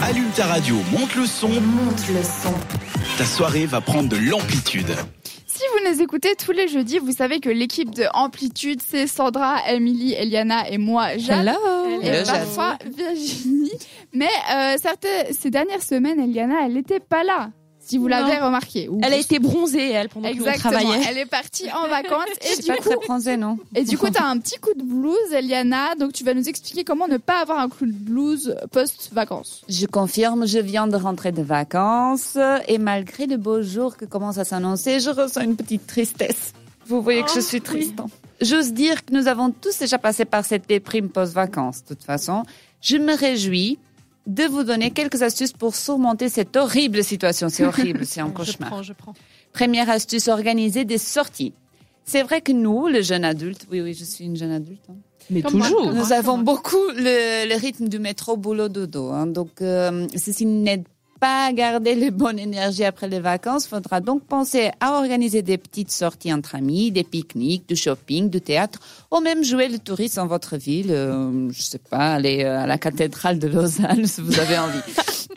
Allume ta radio, monte le son. Monte le son. Ta soirée va prendre de l'amplitude. Si vous nous écoutez tous les jeudis, vous savez que l'équipe de Amplitude, c'est Sandra, Émilie, Eliana et moi, Jade. Et parfois Virginie. Mais ces dernières semaines, Eliana, elle n'était pas là. Si vous l'avez remarqué. Elle a été bronzée, elle, pendant qu'on travaillait. Elle est partie en vacances. Et du coup, très bronzée, non. Et du coup, t'as un petit coup de blues, Eliana. Donc, tu vas nous expliquer comment ne pas avoir un coup de blues post-vacances. Je confirme, je viens de rentrer de vacances. Et malgré le beau jour que commence à s'annoncer, je ressens une petite tristesse. Vous voyez que je suis triste. Oui. J'ose dire que nous avons tous déjà passé par cette déprime post-vacances. De toute façon, je me réjouis de vous donner quelques astuces pour surmonter cette horrible situation. C'est horrible, c'est un cauchemar. Je prends. Première astuce, organiser des sorties. C'est vrai que nous, les jeunes adultes, oui, je suis une jeune adulte. Mais toujours. Nous avons beaucoup le rythme du métro boulot dodo. Donc, ceci n'aide pas à garder la bonne énergie après les vacances. Il faudra donc penser à organiser des petites sorties entre amis, des pique-niques, du shopping, du théâtre, ou même jouer le touriste en votre ville. Je sais pas, aller à la cathédrale de Lausanne si vous avez envie.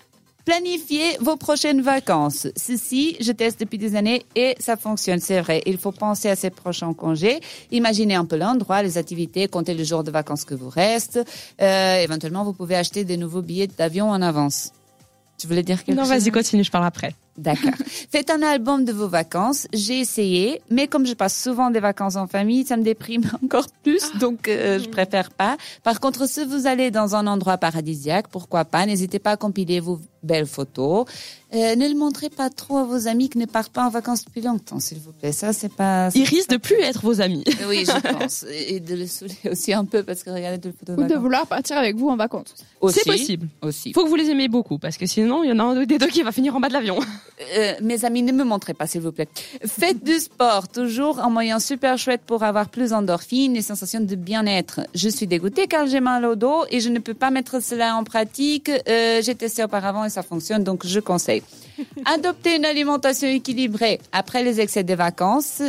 Planifiez vos prochaines vacances. Ceci, je teste depuis des années et ça fonctionne, c'est vrai. Il faut penser à ces prochains congés. Imaginez un peu l'endroit, les activités, comptez le jour de vacances que vous reste. Éventuellement, vous pouvez acheter des nouveaux billets d'avion en avance. Tu voulais dire quelque chose? Non, vas-y, continue, je parle après. D'accord. Faites un album de vos vacances. J'ai essayé, mais comme je passe souvent des vacances en famille, ça me déprime encore plus, donc je préfère pas. Par contre, si vous allez dans un endroit paradisiaque, pourquoi pas, n'hésitez pas à compiler vos belles photos. Ne le montrez pas trop à vos amis qui ne partent pas en vacances depuis longtemps, s'il vous plaît. Ça, c'est pas... Ils risquent de plus être vos amis. Oui, je pense. Et de le saouler aussi un peu, parce que regardez toutes les photos de vacances. Ou de vouloir partir avec vous en vacances. Aussi, c'est possible. Aussi. Faut que vous les aimez beaucoup, parce que sinon, il y en a un des deux qui va finir en bas de l'avion. Mes amis, ne me montrez pas, s'il vous plaît. Faites du sport, toujours un moyen super chouette pour avoir plus d'endorphines et sensations de bien-être. Je suis dégoûtée car j'ai mal au dos et je ne peux pas mettre cela en pratique. J'ai testé auparavant et ça fonctionne, donc je conseille. Adopter une alimentation équilibrée après les excès des vacances.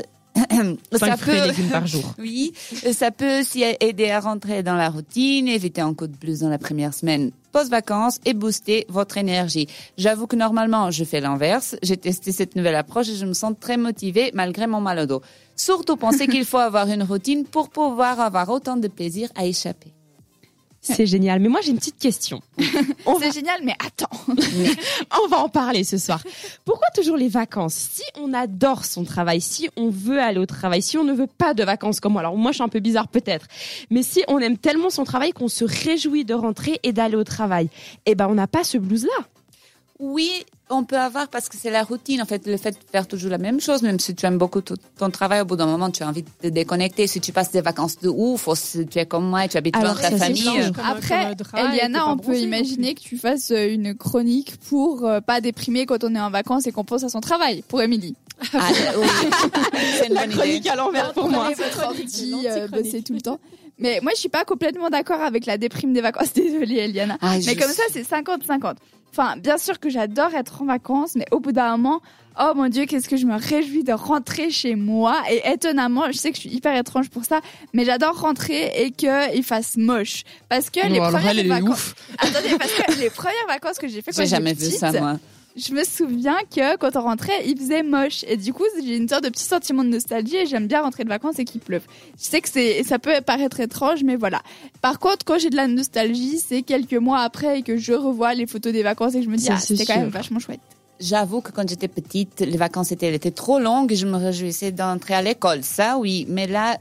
5 fruits et légumes par jour. Oui, ça peut aussi aider à rentrer dans la routine, éviter un coup de blues dans la première semaine post-vacances et booster votre énergie. J'avoue que normalement, je fais l'inverse. J'ai testé cette nouvelle approche et je me sens très motivée malgré mon mal au dos. Surtout pensez qu'il faut avoir une routine pour pouvoir avoir autant de plaisir à échapper. C'est génial. Mais moi, j'ai une petite question. C'est génial, mais attends. On va en parler ce soir. Pourquoi toujours les vacances? Si on adore son travail, si on veut aller au travail, si on ne veut pas de vacances comme moi, alors moi, je suis un peu bizarre peut-être, mais si on aime tellement son travail qu'on se réjouit de rentrer et d'aller au travail, eh ben, on n'a pas ce blues-là. Oui, on peut avoir parce que c'est la routine. En fait, le fait de faire toujours la même chose, même si tu aimes beaucoup ton travail, au bout d'un moment, tu as envie de te déconnecter. Si tu passes des vacances de ouf, ou si tu es comme moi et tu habites loin de ta famille. Après, Eliana, on peut imaginer que tu fasses une chronique pour pas déprimer quand on est en vacances et qu'on pense à son travail, pour Émilie. Ah, oui. C'est une la bonne chronique idée. à l'envers pour moi. Votre ordi, bosser tout le temps. Mais moi, je suis pas complètement d'accord avec la déprime des vacances. Désolée, Eliana. Mais comme ça, c'est 50-50. Enfin, bien sûr que j'adore être en vacances, mais au bout d'un moment, oh mon Dieu, qu'est-ce que je me réjouis de rentrer chez moi. Et étonnamment, je sais que je suis hyper étrange pour ça, mais j'adore rentrer et qu'il fasse moche. Parce que les premières vacances... Attendez, parce que les premières vacances que j'ai fait quand j'étais petite... J'ai jamais vu ça, moi. Je me souviens que quand on rentrait, il faisait moche. Et du coup, j'ai une sorte de petit sentiment de nostalgie et j'aime bien rentrer de vacances et qu'il pleuve. Je sais que ça peut paraître étrange, mais voilà. Par contre, quand j'ai de la nostalgie, c'est quelques mois après et que je revois les photos des vacances et que je me dis, c'était quand même vachement chouette. J'avoue que quand j'étais petite, les vacances étaient trop longues et je me réjouissais d'entrer à l'école. Ça, oui. Mais là,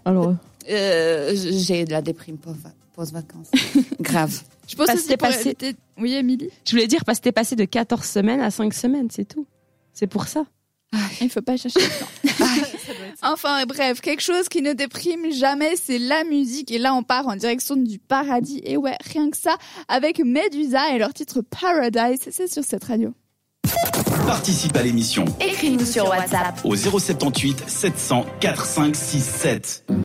j'ai de la déprime post-vacances. Grave. Je pense que c'était Oui, Émilie. Je voulais dire parce que t'es passé de 14 semaines à 5 semaines, c'est tout. C'est pour ça. Il faut pas chercher le temps. Enfin, bref, quelque chose qui ne déprime jamais, c'est la musique. Et là, on part en direction du paradis. Et ouais, rien que ça, avec Medusa et leur titre Paradise, c'est sur cette radio. Participe à l'émission. Écris-nous sur WhatsApp. Au 078 700 4567.